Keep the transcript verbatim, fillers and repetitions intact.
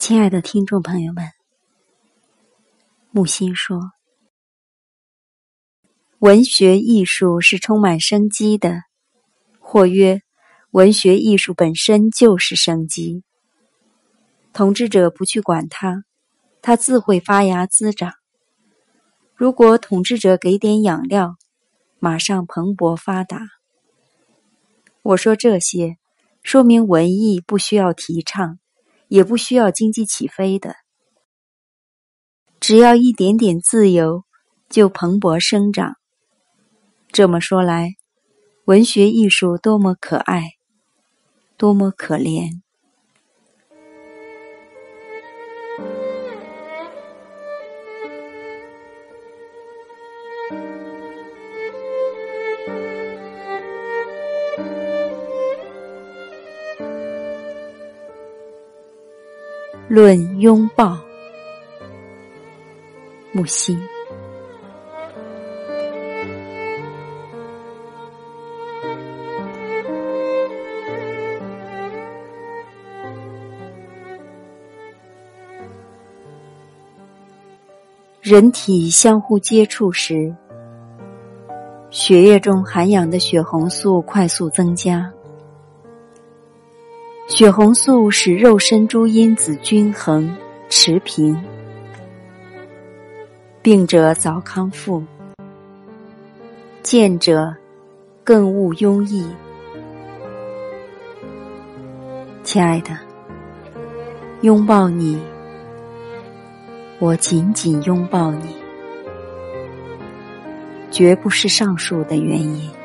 亲爱的听众朋友们，木心说，文学艺术是充满生机的，或曰文学艺术本身就是生机。统治者不去管它，它自会发芽滋长。如果统治者给点养料，马上蓬勃发达。我说这些，说明文艺不需要提倡，也不需要经济起飞的，只要一点点自由，就蓬勃生长。这么说来，文学艺术多么可爱，多么可怜。论拥抱，木心。人体相互接触时，血液中含氧的血红素快速增加。血红素使肉身诸因子均衡持平，病者早康复，健者更勿庸逸。亲爱的，拥抱你，我紧紧拥抱你，绝不是上述的原因。